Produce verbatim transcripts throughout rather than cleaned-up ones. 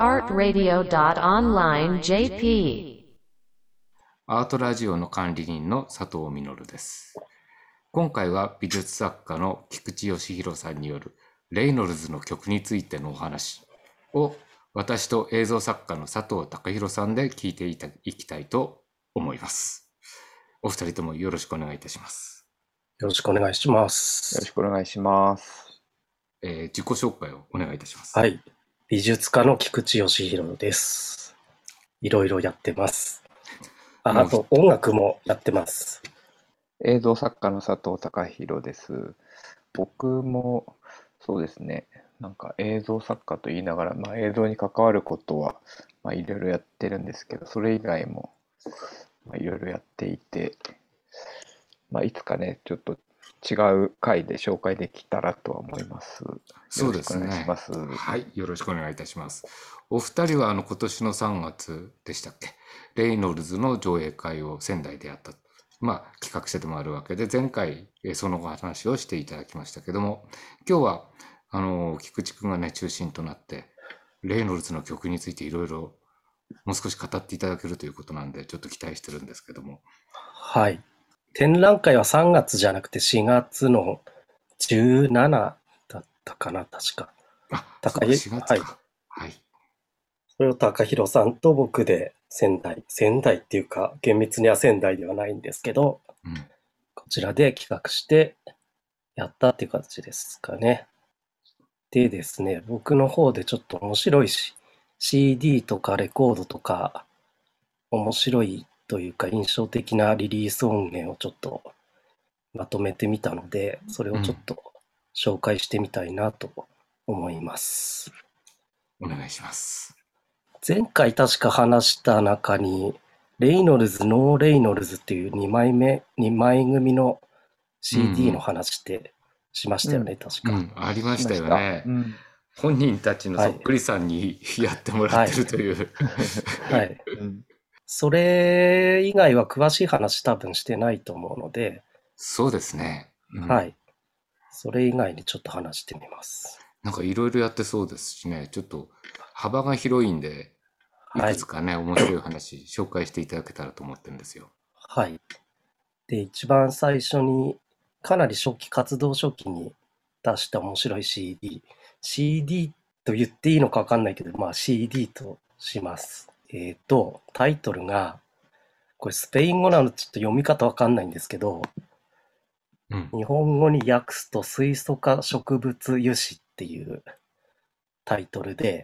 アートラディオドットオンラインジェーピーアートラジオの管理人の佐藤実です。今回は美術作家の菊池義弘さんによるレイノルズの曲についてのお話を私と映像作家の佐藤孝弘さんで聞いていたいきたいと思います。お二人ともよろしくお願いいたします。 よろしくお願いします。 よろしくお願いします。 えー、自己紹介をお願いいたします。 はい。美術家の菊池義弘です。いろいろやってます。あ、あと音楽もやってます。 映像作家の佐藤孝弘です。僕もそうですね、なんか映像作家と言いながら、まあ、映像に関わることは、まあ、いろいろやってるんですけど、それ以外も、まあ、いろいろやっていて、まあ、いつかね、ちょっと違う回で紹介できたらとは思います。 そうですね。 よろしくお願いします。 はい、よろしくお願いいたします。お二人はあの今年のさんがつでしたっけ、レイノルズの上映会を仙台でやった、まあ企画者でもあるわけで、前回その話をしていただきましたけども、今日はあの菊池くんがね中心となってレイノルズの曲についていろいろもう少し語っていただけるということなんで、ちょっと期待してるんですけども。 はい。展覧会はさんがつじゃなくてしがつのじゅうしちだったかな、確か。 あ、 高そうかしがつか。 はい。 はい。 それを高弘さんと僕で仙台、仙台っていうか厳密には仙台ではないんですけど、 うん、 こちらで企画してやったっていう形ですかね。でですね、僕の方でちょっと面白いし、シーディー とかレコードとか、面白いというか印象的なリリース音源をちょっとまとめてみたので、それをちょっと紹介してみたいなと思います。 お願いします。 前回確か話した中に、レイノルズ、ノーレイノルズっていうにまいめ、にまい組の シーディー の話ってしましたよね、 うん確か、 うん。ありましたよね。 うん、 本人たちのそっくりさんにやってもらってるという。 はい。はいうん、それ以外は詳しい話多分してないと思うので、 そうですね。 うん、はい。それ以外にちょっと話してみます。 なんかいろいろやってそうですしね、ちょっと幅が広いんで、いくつかね、はい、面白い話紹介していただけたらと思ってるんですよ。 はい。で、一番最初に、かなり初期、活動初期に出した面白い シーディー。シーディー と言っていいのかわかんないけど、まあ シーディー とします。えっと、タイトルが、これスペイン語なのでちょっと読み方わかんないんですけど、うん、日本語に訳すと水素化植物油脂っていうタイトルで、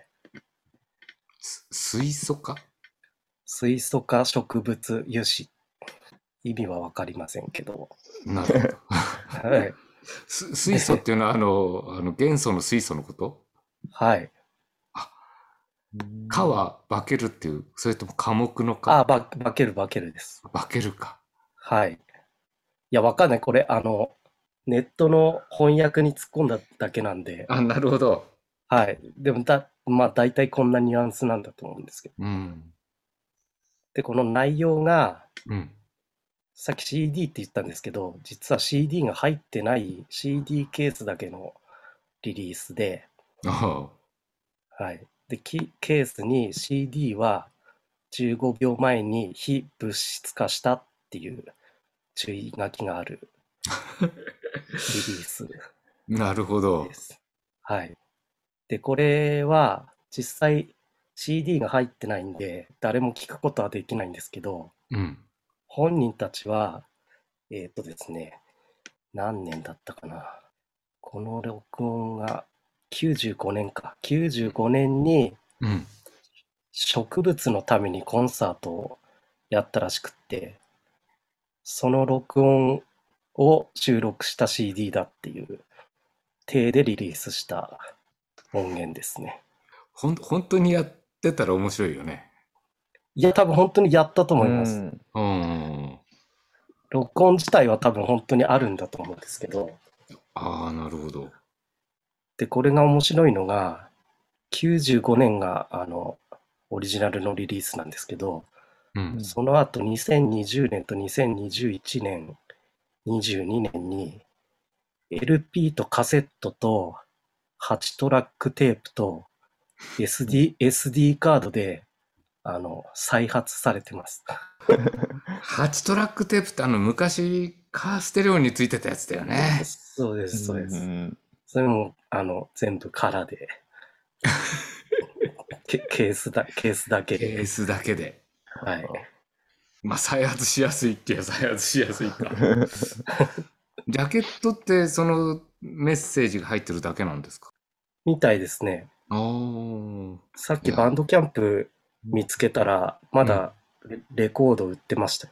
水素化水素化植物油脂。意味はわかりませんけど。 なるほど。はい。水素っていうのはあの、あの元素の水素のこと？ はい。 あ、化は化けるっていう、それとも科目の化？ あ、ば化ける化けるです。 化けるか。 はい。いや、わかんない。これ、あの、ネットの翻訳に突っ込んだだけなんで。 あ、なるほど。 はい。でもだ、まあ、大体こんなニュアンスなんだと思うんですけど。 うん。 で、この内容が、 うん。 さっき シーディー って言ったんですけど、実は シーディー が入ってない シーディー ケースだけのリリースで、 ああ、はい。で、ケースに シーディー はじゅうごびょうまえに非物質化したっていう注意書きがあるリリース。 なるほど。 はい。で、これは実際 シーディー が入ってないんで、誰も聞くことはできないんですけど、 うん、 本人たちは、えっとですね、何年だったかな。この録音がきゅうじゅうごねんか。きゅうじゅうごねんに植物のためにコンサートをやったらしくって、その録音を収録した シーディー だっていう体でリリースした音源ですね。 ほん本当にやってたら面白いよね。 いや、多分本当にやったと思います。 うん。 録音自体は多分本当にあるんだと思うんですけど。 ああ、なるほど。 で、これが面白いのが、きゅうじゅうごねんがあのオリジナルのリリースなんですけど、うん、その後にせんにじゅうねんとにせんにじゅういちねん、にじゅうにねんに エルピー とカセットとはちトラックテープとエスディー、エスディー カードで、あの、再発されてます。 はちトラックテープってあの昔カーステレオについてたやつだよね。 そうです、そうです。 ん。 それも、あの、全部空で、ケケースだ、ケースだけで。 ケースだけで。 はい。 まあ再発しやすいって言えば再発しやすいか。ジャケットってそのメッセージが入ってるだけなんですか？ みたいですね。 おー。 さっきバンドキャンプ見つけたら、まだレレコード売ってましたよ。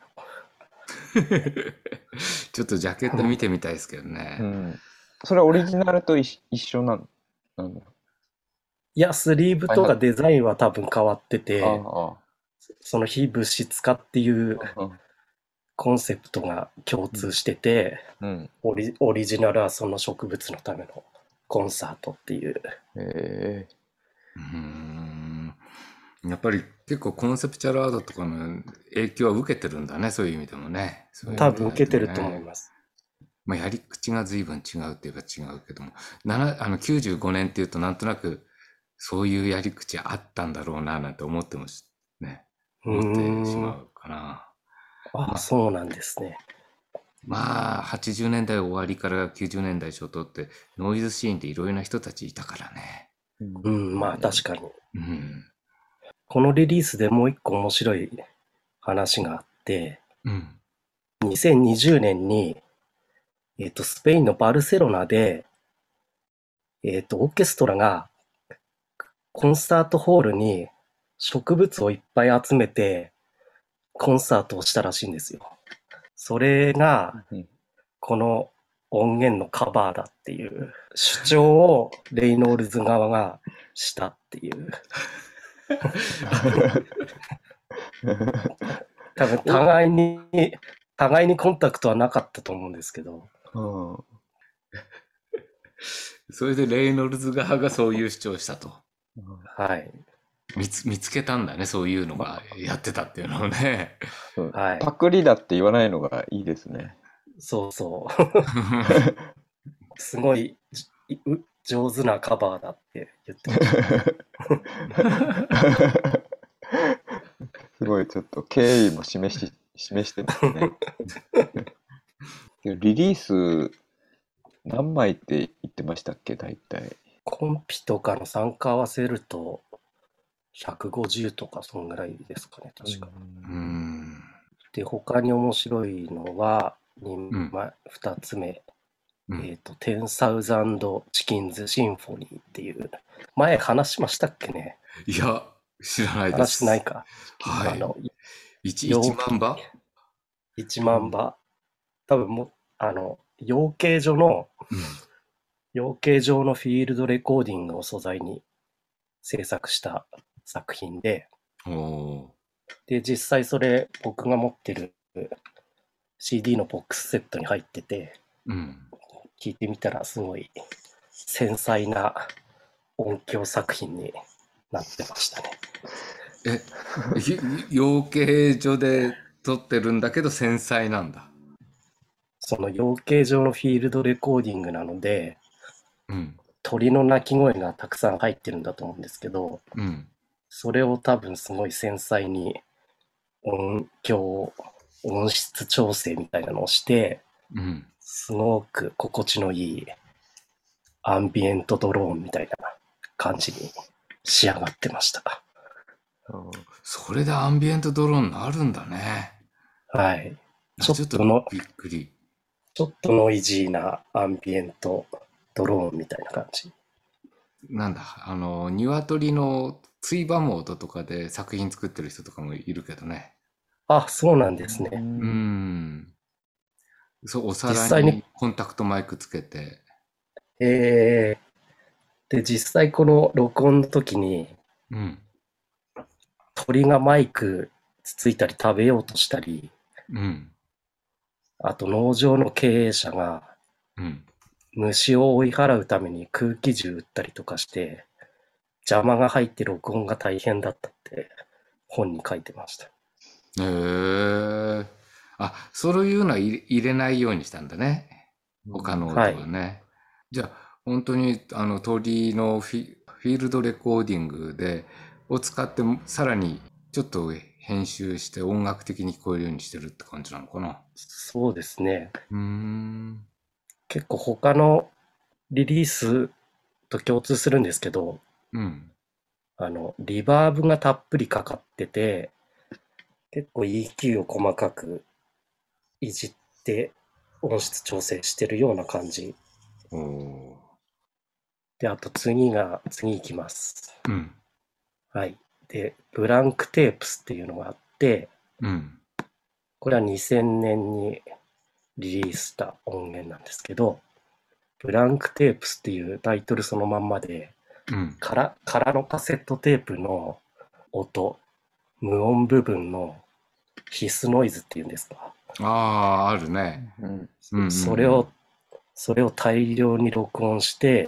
ちょっとジャケット見てみたいですけどね。 うん。それはオリジナルと一一緒なの？なんだいや、スリーブとかデザインは多分変わってて、 あその非物質化っていうあ、うんコンセプトが共通してて、 うん。 オリ、オリジナルはその植物のためのコンサートっていう。 えうーん。やっぱり結構コンセプチュアルアートとかの影響は受けてるんだね、そういう意味でもね。そういう意多味でね分受けてると思います。 まあ、やり口が随分違うって言えば違うけども、ななあのきゅうじゅうごねんっていうとなんとなくそういうやり口あったんだろうななんて思ってもしね、思ってしまうかな。 あ、そうなんですね。 まあ、はちじゅうねんだい終わりからきゅうじゅうねんだい初頭ってノイズシーンでいろいろな人たちいたからね。 うん、まあ確かに。 うん。 このリリースでもう一個面白い話があって、 うん。 にせんにじゅうねんに、えっと、スペインのバルセロナで、えっと、オーケストラがコンサートホールに植物をいっぱい集めてコンサートをしたらしいんですよ。それが、 うんこの音源のカバーだっていう主張をレイノールズ側がしたっていう。多分互いに、互いにコンタクトはなかったと思うんですけど。 うんそれでレイノルズ側がそういう主張をしたと。 はい。 見つ見つけたんだね、そういうのがやってたっていうのをね。 うんはいパクリだって言わないのがいいですね。 そうそう。すごいじう上手なカバーだって言ってました。 すごいちょっと敬意も示し示してますね。でリリース何枚って言ってましたっけ大体。 コンピとかの参加合わせるとひゃくごじゅうとかそんぐらいですかね、確か。 うーん。 で、他に面白いのはにまい、ふたつめ、 うんえっ、と、テンサウザンドチキンズシンフォニーっていう、前話しましたっけね。 いや、知らないです。 話してないか。 はいあの、 一陽一万羽いちまん羽。多分もう、あの、養鶏場の、養鶏場のフィールドレコーディングを素材に制作した作品で、 うん。おで、実際それ僕が持ってる シーディー のボックスセットに入ってて、 ーうん。 聞いてみたらすごい繊細な音響作品になってましたね。 え、ひ養鶏所で撮ってるんだけど繊細なんだ。 その養鶏場のフィールドレコーディングなので、 うん。 鳥の鳴き声がたくさん入ってるんだと思うんですけど、 うん。 それを多分すごい繊細に音響、音質調整みたいなのをして、 うん。 すごく心地のいいアンビエントドローンみたいな感じに仕上がってました。 それでアンビエントドローンになるんだね。 はい。 あちょっとのびっくり。 ちょっとノイジーなアンビエントドローンみたいな感じ。 なんだ、あの、鶏の追羽モードとかで作品作ってる人とかもいるけどね。 あ、そうなんですね。 うーん。そう、お実皿際ににコンタクトマイクつけて。 えー、で、実際この録音の時にうん。 鳥がマイクつついたり食べようとしたり、 うん。 あと農場の経営者がうん。 虫を追い払うために空気銃撃ったりとかして、邪魔が入って録音が大変だったって本に書いてました。 へえ。あ、そういうのは入れ入れないようにしたんだね。他の音はね。じゃあ、本当に、あの、鳥のフィ、フフィールドレコーディングでを使ってさらにちょっと編集して音楽的に聞こえるようにしてるって感じなのかな。 そうですね。 うーん。 結構他のリリースと共通するんですけど、 うん。 あの、リバーブがたっぷりかかってて、結構 イーキュー を細かくいじって音質調整してるような感じ。 おー。 で、あと次が、次いきます。 うん。 はい。で、ブランクテープスっていうのがあって、 うん。 これはにせんねんにリリースした音源なんですけど、ブランクテープスっていうタイトルそのまんまで、 うん。 空、空のカセットテープの音、無音部分のヒスノイズっていうんですか。 ああ、あるね。 うんうんうんうんそれを、それを大量に録音して、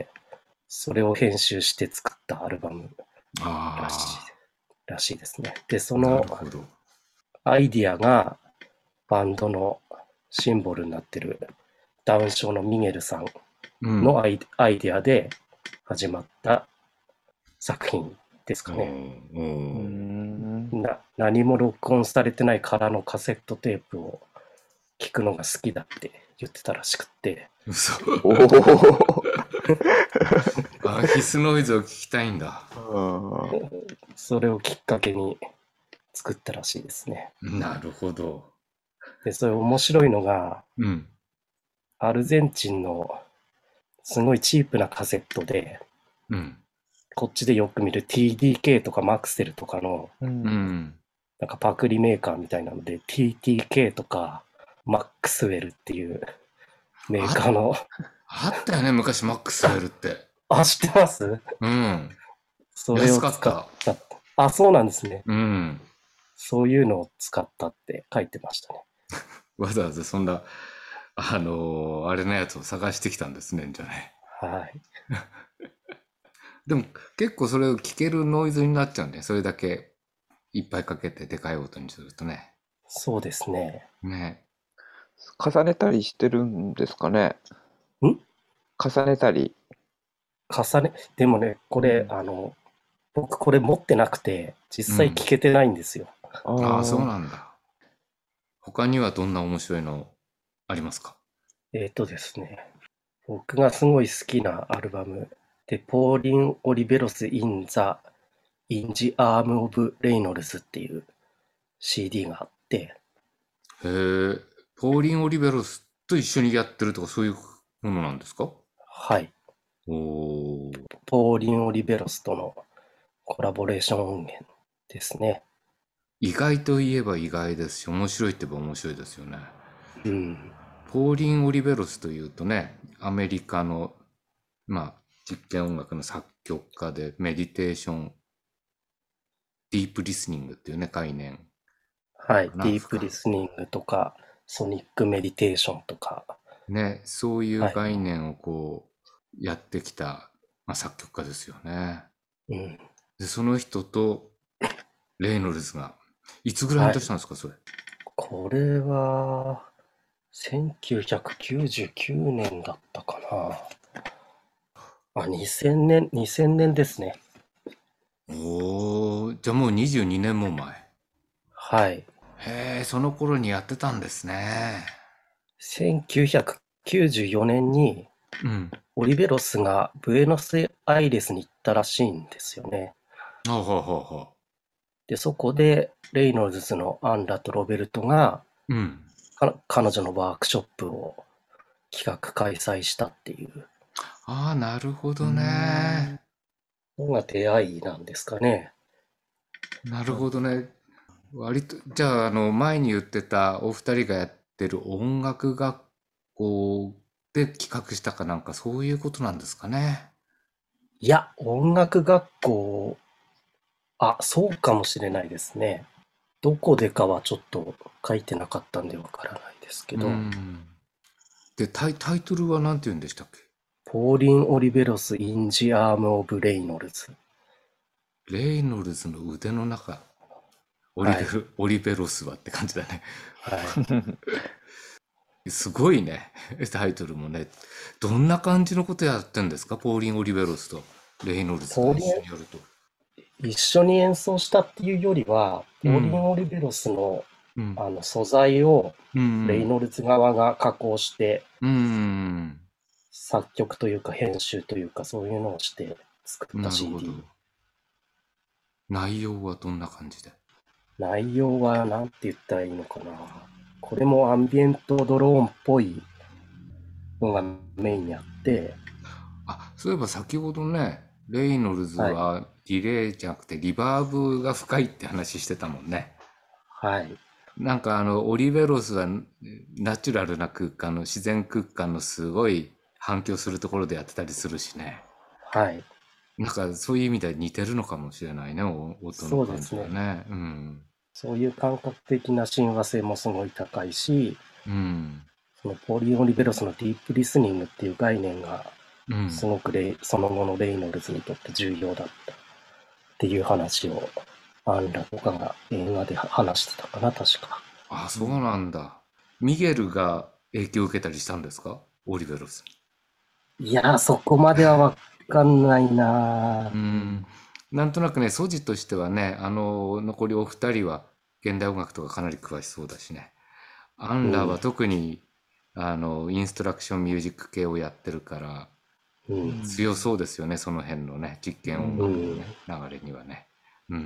それを編集して作ったアルバムらしい、 あらしいですね。で、そあ、なのるほど。 アイディアがバンドのシンボルになってるダウン症のミゲルさんうん。 のアイ,、アイディアで始まった作品ですかね。 おーおうーんな何も録音されてない空のカセットテープを聞くのが好きだって言ってたらしくって、 嘘。 おお。 あ、ヒスノイズを聞きたいんだ。 それをきっかけに作ったらしいですね。 なるほど。 で、それ面白いのが、 うん。 アルゼンチンのすごいチープなカセットで、 うん。 こっちでよく見る ティーディーケー とかマクセルとかのううんん。 なんかパクリメーカーみたいなので ティーティーケー とかマックスウェルっていうメーカーのあったよね、昔マックスウェルって。 あ、知ってます？ うん。 それを安か使っ。 ったた。あ、そうなんですね。 うん。 そういうのを使ったって書いてましたね。 わざわざそんな、あのーあれのやつを探してきたんですね、じゃない。 はい。 でも結構それを聞けるノイズになっちゃうんで、それだけいっぱいかけてでかい音にするとね。 そうですね。 ね。 重ねたりしてるんですかね。 ん重ねたり。 重ね、でもね、これ、 うんあの、僕これ持ってなくて、実際聞けてないんですよ。 ああ、そうあなんだ。他にはどんな面白いのありますか？ えっとですね、僕がすごい好きなアルバムで、ポーリン・オリベロス・イン・ザ・イン・ジ・アーム・オブ・レイノルズっていう シーディー があって、 へえ、ポーリン・オリベロスと一緒にやってるとかそういうものなんですか？ はい、 おー。 ポーリン・オリベロスとのコラボレーション音源ですね。 意外といえば意外ですし、面白いって言えば面白いですよね。 うん、 ポーリン・オリベロスというとね、アメリカの、まあ、実験音楽の作曲家で、メディテーション、ディープリスニングっていうね、概念。 はい、デなィープリスニングとか、ソニックメディテーションとか、 ね、そういうはい概念をこう、やってきた、まあ、作曲家ですよね。 うん、 で、その人と、レイノルズが、いつぐらいに出したんですか、それ。 これは、せんきゅうひゃくきゅうじゅうきゅうねんだったかな。あ、にせんねん、にせんねんですね。 おー、じゃあもうにじゅうにねんも前。 はい。 へえ、その頃にやってたんですね。 せんきゅうひゃくきゅうじゅうよねんにうん。 オリベロスがブエノスアイレスに行ったらしいんですよね。 ほうほうほうほで、そこでレイノルズのアンラとロベルトがう。うん。 か彼女のワークショップを企画開催したっていうああ、なるほどね。 のが出会いなんですかね。 なるほどね。割と、じゃあ、あの、前に言ってたお二人がやってる音楽学校で企画したかなんかそういうことなんですかね。 いや、音楽学校、あ、そうかもしれないですね。どこでかはちょっと書いてなかったんでわからないですけど、 うんでタイ、タイトルは何て言うんでしたっけ？ ポーリン・オリベロス・イン・ジ・アーム・オブ・レイノルズ。 レイノルズの腕の中。オリベロ、オリベロスはって感じだね。 はい。 すごいね。タイトルもね。どんな感じのことやってんですか？ポーリン・オリベロスとレイノルズが一緒にやると。 一緒に演奏したっていうよりは、ポうんーリン・オリベロスの、 うんあの素材をうんレイノルズ側が加工して、 うん作曲というか編集というかそういうのをして作ったなるほどシーディー。。 内容はどんな感じで？ 内容は何て言ったらいいのかな。これもアンビエントドローンっぽいのがメインにあって、 あ、そういえば先ほどね、レイノルズはディレイじゃなくてリバーブが深いって話してたもんね。 はい。 なんかあの、オリベロスはナチュラルな空間の自然空間のすごい反響するところでやってたりするしね。 はい。 なんかそういう意味では似てるのかもしれないね、お音の感じがそうですね。うん。 そういう感覚的な親和性もすごい高いし、 うん。 そのポーリン・オリベロスのディープリスニングっていう概念がうん。 すごくレイ、その後のレイノルズにとって重要だったっていう話をアンラとかが映画で話してたかな、確か。 あ、そうなんだ。ミゲルが影響を受けたりしたんですか？オリベロスに。 いやー、そこまではわかんないなうー。 ん。なんとなくね、素地としてはね、あの、残りお二人は現代音楽とかかなり詳しそうだしね。アンラは特に、あの、インストラクションミュージック系をやってるから、 うん。 強そうですよね、その辺のね、実験音楽の、ね、流れにはね。うん。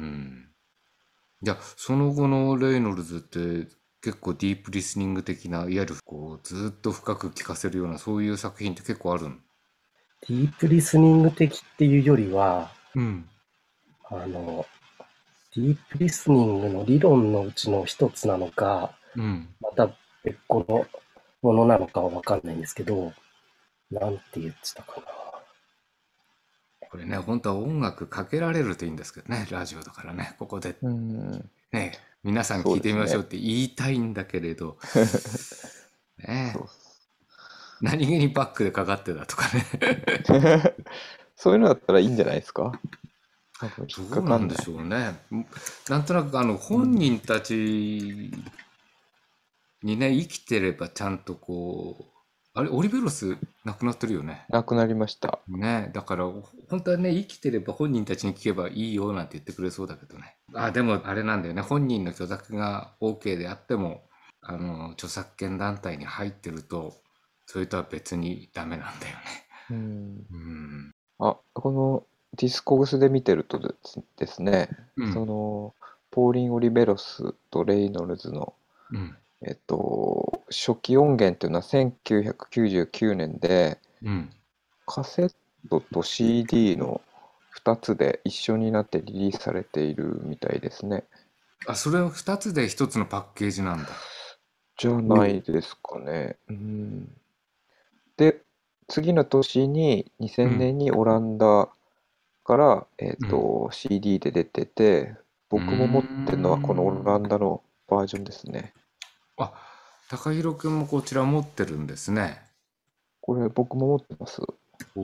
じゃあ、その後のレイノルズって結構ディープリスニング的な、いわゆるこう、ずっと深く聴かせるような、そういう作品って結構あるん？ ディープリスニング的っていうよりは、 うん。 あの、ディープリスニングの理論のうちの一つなのか、 うん。 また別個のものなのかはわかんないんですけど、なんて言ってたかな。 これね、本当は音楽かけられるといいんですけどね、ラジオだからね、ここでうん。 ね、皆さん聞いてみましょうって言いたいんだけれど、ねそう何気にバックでかかってたとかね。 そういうのだったらいいんじゃないですか。多分引っどかかないうなんんでしょうね。なんとなくあの本人たちにね、生きてればちゃんとこう、あれ、オリベロス亡くなってるよね。 なくなりました。 ね、だから本当はね、生きてれば本人たちに聞けばいいよなんて言ってくれそうだけどね。あ、でもあれなんだよね、本人の許諾が OK であっても、あの著作権団体に入ってると、それとは別にダメなんだよね。 うん。 うん。 あ、このディスコグスで見てるとですですね、 うんそのポーリン・オリベロスとレイノルズの、 うん。 えっと、初期音源っていうのはせんきゅうひゃくきゅうじゅうきゅうねんで、 うん。 カセットと シーディー のふたつで一緒になってリリースされているみたいですね。 あ、それをふたつでひとつのパッケージなんだ。 じゃないですかね。うん。で、次の年ににせんねんにオランダから、えっと、シーディー で出てて、僕も持ってるのはこのオランダのバージョンですね。 あ、高弘くんもこちら持ってるんですね。 これ僕も持ってます。 おお。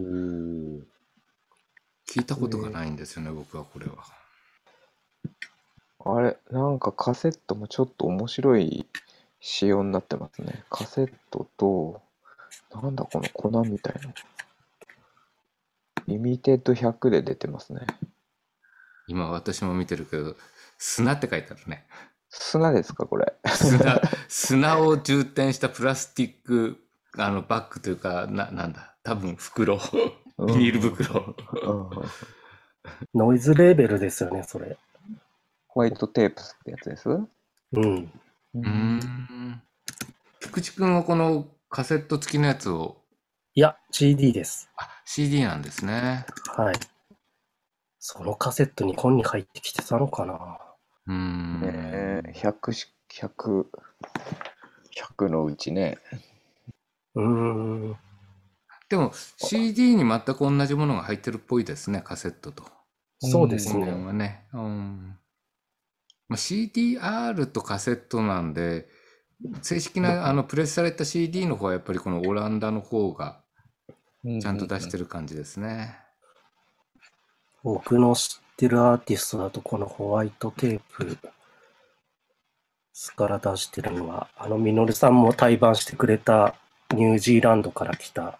聞いたことがないんですよね、僕はこれは。 あれ、なんかカセットもちょっと面白い仕様になってますね。カセットと、なんだこの粉みたいな。リミテッドひゃくで出てますね。 今私も見てるけど、砂って書いてあるね。 砂ですか、これ。 砂、砂を充填したプラスチック、あの、バッグというか、な、なんだ、多分袋、ビニール袋。 うんノイズレーベルですよね、それ。 ホワイトテープスってやつです。 うん。 ううーん。菊池くんはこのカセット付きのやつを、 いや、シーディー です。 あ、シーディー なんですね。 はい。そのカセット日本に入ってきてたのかな。 うーん。 ねえ、ひゃく、ひゃく、ひゃくのうちね。 うーん。 でも シーディー に全く同じものが入ってるっぽいですね、カセットと。 そうです音源ね。 はね。うんまあ、シーディーアール とカセットなんで、正式なあのプレスされた シーディー の方はやっぱりこのオランダの方がちゃんと出してる感じですね。 僕の知ってるアーティストだとこのホワイトテープから出してるのは、あのミノルさんも対バンしてくれたニュージーランドから来た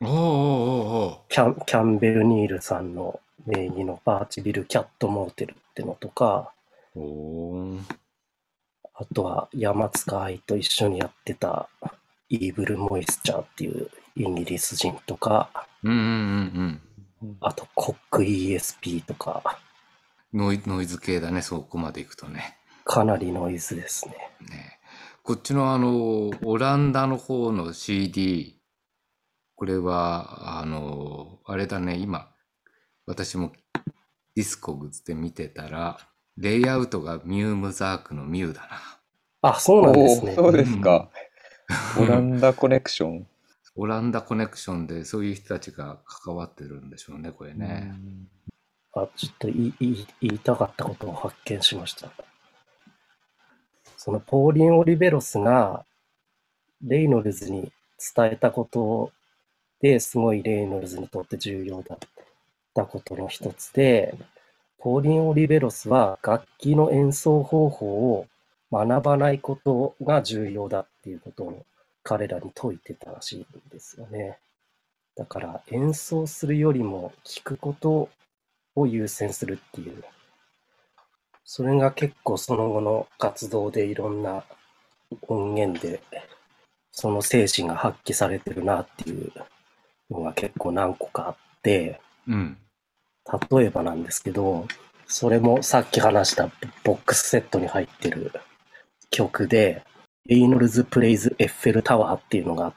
おーおーおーおキャン、キャンベル・ニールさんの名義のバーチビル・キャット・モーテルってのとか、 ーおーあとは山塚愛と一緒にやってたイーブル・モイスチャーっていうイギリス人とか、 うんうんうんあとコック イーエスピー とか、 うん。ノイ、ノイズ系だね、そこまで行くとね。 かなりノイズですね。 ねこっちのあの、オランダの方の シーディー、これは、あの、あれだね、今、私もディスコグズで見てたら、レイアウトがミュームザークのミューだな。 あ、そうなんですね。 おーそうですか。オランダコネクション。 オランダコネクションでそういう人たちが関わってるんでしょうね、これね。 あ、ちょっと言い言い言いたかったことを発見しました。そのポーリン・オリベロスがレイノルズに伝えたことですごいレイノルズにとって重要だったことの一つで、ポーリン・オリベロスは楽器の演奏方法を学ばないことが重要だっていうことを彼らに説いてたらしいんですよね。だから演奏するよりも聞くことを優先するっていう。それが結構その後の活動でいろんな音源でその精神が発揮されてるなっていうのが結構何個かあって、 うん。 例えばなんですけど、それもさっき話したボックスセットに入ってる曲で、レイノルズ・プレイズ・エッフェルタワーっていうのがあって、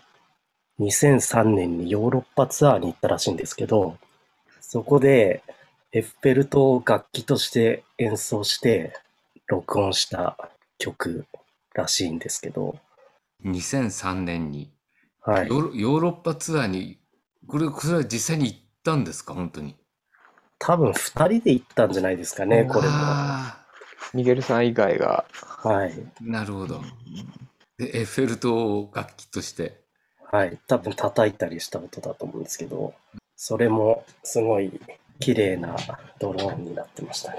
にせんさんねんにヨーロッパツアーに行ったらしいんですけど、そこでエッフェル塔を楽器として演奏して録音した曲らしいんですけど、 にせんさんねんにはい。 ヨーロ、ヨーロッパツアーに、これ、これは実際に行ったんですか、本当に。 多分二人で行ったんじゃないですかね、これも。 あミゲルさん以外が。 はい。 あ、なるほど。で、エッフェル塔を楽器として。 はい。多分叩いたりした音だと思うんですけど、それもすごい綺麗なドローンになってましたね。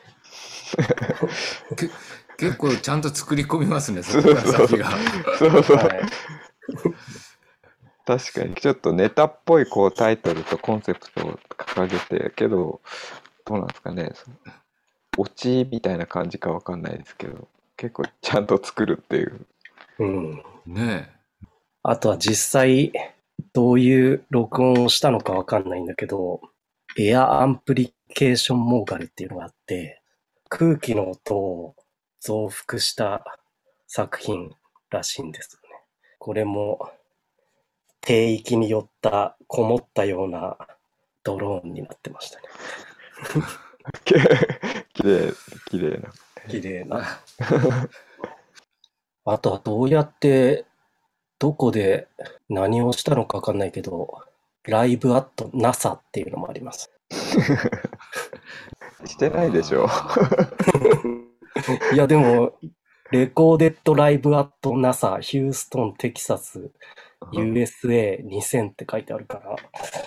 け結構ちゃんと作り込みますね、そこから先が。 そうそう。 はい。 確かに、ちょっとネタっぽいこうタイトルとコンセプトを掲げて、けど、どうなんですかね、そのオチみたいな感じかわかんないですけど、結構ちゃんと作るっていう。 うん。 ねあとは実際どういう録音をしたのかわかんないんだけど、エアアンプリケーションモーガルっていうのがあって、空気の音を増幅した作品らしいんですよね。これも低域によったこもったようなドローンになってましたね。 ききれい、きれいな。 綺麗な。あとはどうやってどこで何をしたのかわかんないけど、ライブアット ナサ っていうのもあります。 してないでしょ。 いやでも、レコーデッドライブアット ナサ ヒューストン、テキサス、ユーエスエーにせん って書いてあるから。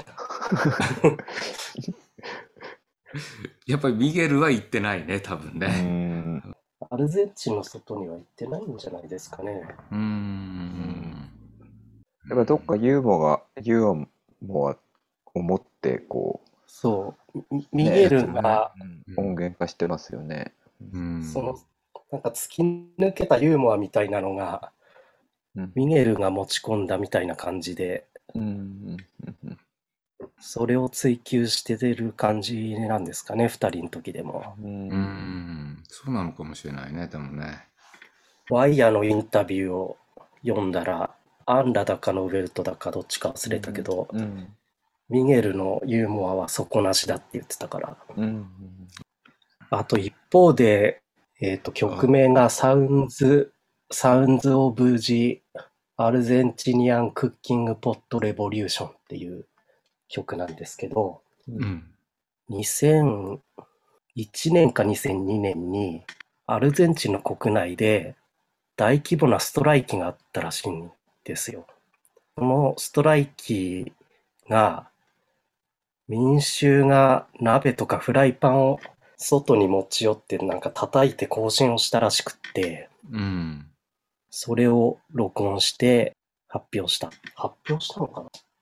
やっぱりミゲルは行ってないね、多分うね。 ん。 アルゼンチンの外には行ってないんじゃないですかね。 うーん。 やっぱどっかユーモアが、ユーモアを持ってこそう。ミう、 ミゲルねが、 うん音源化してますよね。 うん。 その、なんか突き抜けたユーモアみたいなのが、 うんミゲルが持ち込んだみたいな感じで、 うんうんうんそれを追求して出る感じなんですかね、二人の時でも。 うんうーん。そうなのかもしれないね、でもね。 ワイヤーのインタビューを読んだら、アンラだかノーベルトだかどっちか忘れたけど、 うんミゲルのユーモアは底なしだって言ってたから。 うんあと一方で、えっと、曲名がサウンズ、サウンズ・オブ・ジ・アルゼンチニアン・クッキング・ポット・レボリューションっていう曲なんですけど、 うん。 にせんいちねんかにせんにねんにアルゼンチンの国内で大規模なストライキがあったらしいんですよ。そのストライキが民衆が鍋とかフライパンを外に持ち寄ってなんか叩いて行進をしたらしくって、 うん。 それを録音して発表した。発表したのかな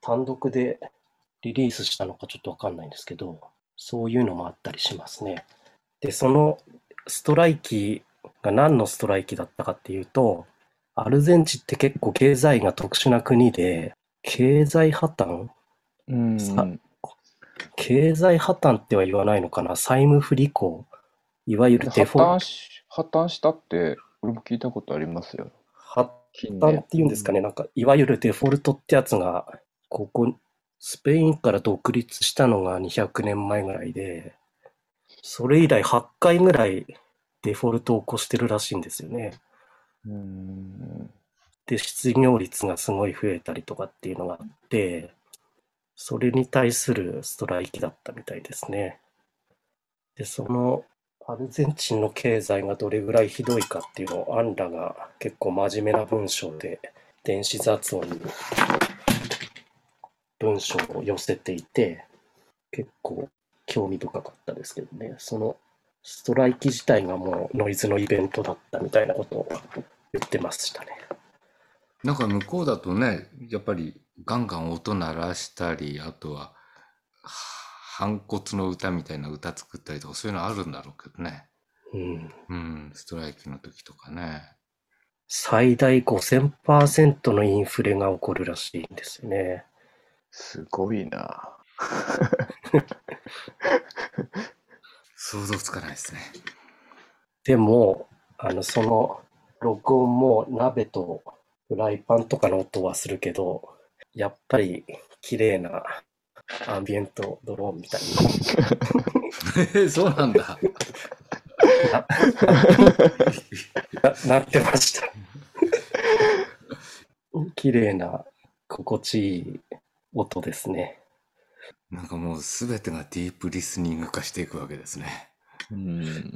単独でリリースしたのかちょっとわかんないんですけど、そういうのもあったりしますね。で、そのストライキが何のストライキだったかっていうと、アルゼンチンって結構経済が特殊な国で、経済破綻うんさ経済破綻っては言わないのかな、債務不履行、いわゆる破デフォルト、 綻し、破綻したって、俺も聞いたことありますよ。 破近年。 綻っていうんですかね、なんかいわゆるデフォルトってやつが、ここ、スペインから独立したのがにひゃくねんまえぐらいで、それ以来はちかいぐらいデフォルトを起こしてるらしいんですよね。 うーん。 で、失業率がすごい増えたりとかっていうのがあって、それに対するストライキだったみたいですね。で、そのアルゼンチンの経済がどれぐらいひどいかっていうのをアンラが結構真面目な文章で電子雑音に文章を寄せていて、結構興味深かったですけどね。そのストライキ自体がもうノイズのイベントだったみたいなことを言ってましたね。 なんか向こうだとね、やっぱりガンガン音鳴らしたり、あとは反骨の歌みたいな歌作ったりとか、そういうのあるんだろうけどね。 うん、 うん、ストライキの時とかね。 最大 ごせんパーセント のインフレが起こるらしいんですよね。 すごいな。 想像つかないですね。 でも、あの、その録音も鍋とフライパンとかの音はするけど、やっぱり綺麗なアンビエントドローンみたいえそうなんだ。 ななってました。綺麗な心地いい音ですね。 なんかもう全てがディープリスニング化していくわけですね。 うん。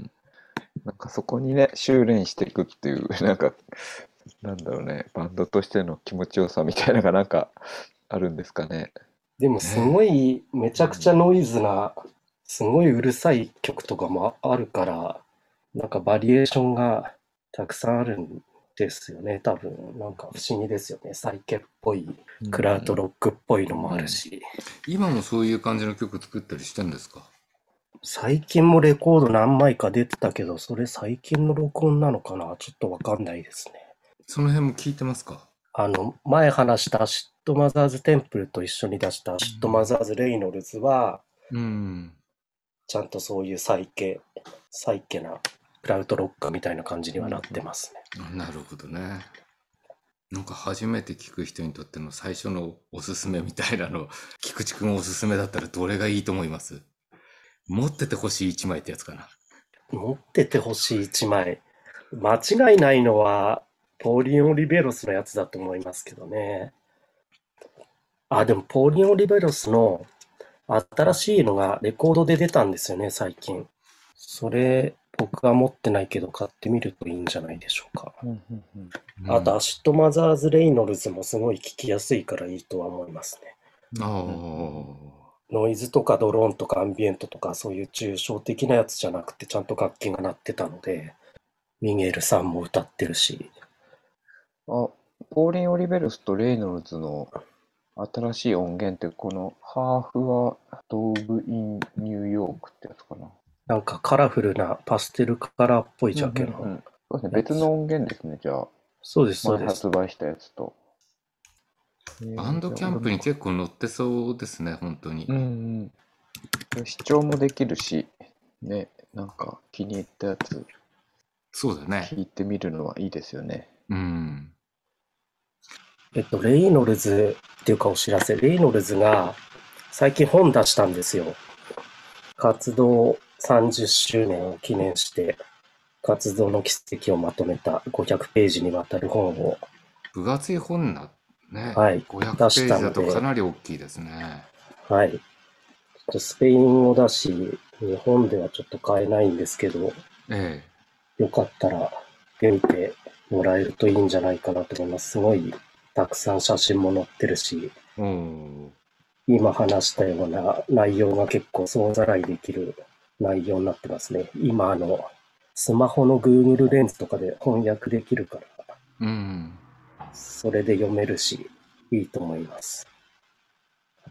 なんかそこにね、修練していくっていう、なんか、なんだろうね、バンドとしての気持ちよさみたいなのがなんかあるんですかね。 でもすごいめちゃくちゃノイズな、すごいうるさい曲とかもあるから、なんかバリエーションがたくさんあるんですよね、多分。なんか不思議ですよね。サイケっぽい、クラウドロックっぽいのもあるし。 今もそういう感じの曲作ったりしてんですか？ 最近もレコード何枚か出てたけど、それ最近の録音なのかな、ちょっとわかんないですね。 その辺も聞いてますか？ あの、前話したアシッドマザーズテンプルと一緒に出したアシッドマザーズレイノルズは、 うん。 ちゃんとそういうサイケ、サイケなクラウドロックみたいな感じにはなってますね。 あなるほどね。なんか初めて聞く人にとっての最初のおすすめみたいなの、菊池くんおすすめだったらどれがいいと思います？持っててほしい一枚ってやつかな。 持っててほしい一枚。間違いないのは、ポーリン・オリベロスのやつだと思いますけどね。あ、でもポーリン・オリベロスの新しいのがレコードで出たんですよね、最近。それ、僕は持ってないけど買ってみるといいんじゃないでしょうか。 うんうんうんうんあと、アシッドマザーズ・レイノルズもすごい聴きやすいからいいとは思いますね。 ああ、 ノイズとかドローンとかアンビエントとかそういう抽象的なやつじゃなくてちゃんと楽器が鳴ってたので、ミゲルさんも歌ってるし。 あ、ポーリン・オリベルスとレイノルズの新しい音源ってこのハーフはドーブ・イン・ニューヨークってやつかな。 なんかカラフルなパステルカラーっぽいジャケの。 うんうんうんそうですね、別の音源ですね、じゃあ。 そうです、そう前です。 発売したやつと。 バンドキャンプに結構乗ってそうですね、本当に。 うんうん。視聴もできるし、ね、なんか気に入ったやつそうだね。 聞いてみるのはいいですよね。 うん。 えっと、レイノルズっていうかお知らせ、レイノルズが最近本出したんですよ。活動さんじゅっしゅうねんを記念して、活動の軌跡をまとめたごひゃくページにわたる本を、 分厚い本な、ね。 はいごひゃくページだとかなり大きいですね。 はい。ちょっとスペイン語だし、日本ではちょっと買えないんですけど、 えよかったら読みてもらえるといいんじゃないかなと思います。すごいたくさん写真も載ってるし、 え。おー今話したような内容が結構総ざらいできる内容になってますね。今あの、スマホの Google レンズとかで翻訳できるから、 うん。 それで読めるし、いいと思います。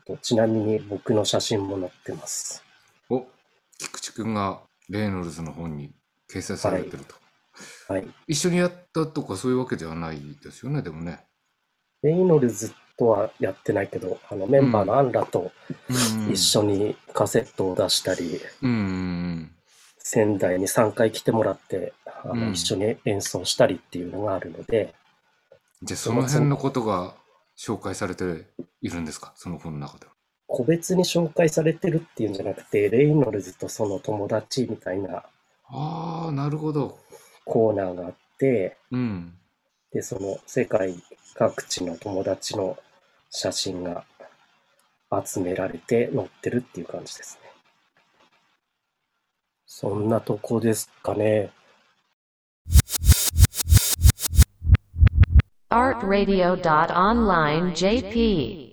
と、ちなみに僕の写真も載ってます。 お、菊池くんがレイノルズの本に掲載されてると。 はい。 一緒にやったとかそういうわけではないですよね、でもね。 レイノルズとはやってないけど、あのメンバーのアンラとうん一緒にカセットを出したり、 うんうん仙台にさんかい来てもらって、あうんの一緒に演奏したりっていうのがあるので、 じゃあその辺のことが紹介されているんですか、その本の中では。 個別に紹介されてるっていうんじゃなくて、レイノルズとその友達みたいなああ、なるほど。 コーナーがあって、 うん。 で、その世界各地の友達の写真が集められて載ってるっていう感じですね。そんなとこですかね。 アートラディオ ドット オンライン ジェーピー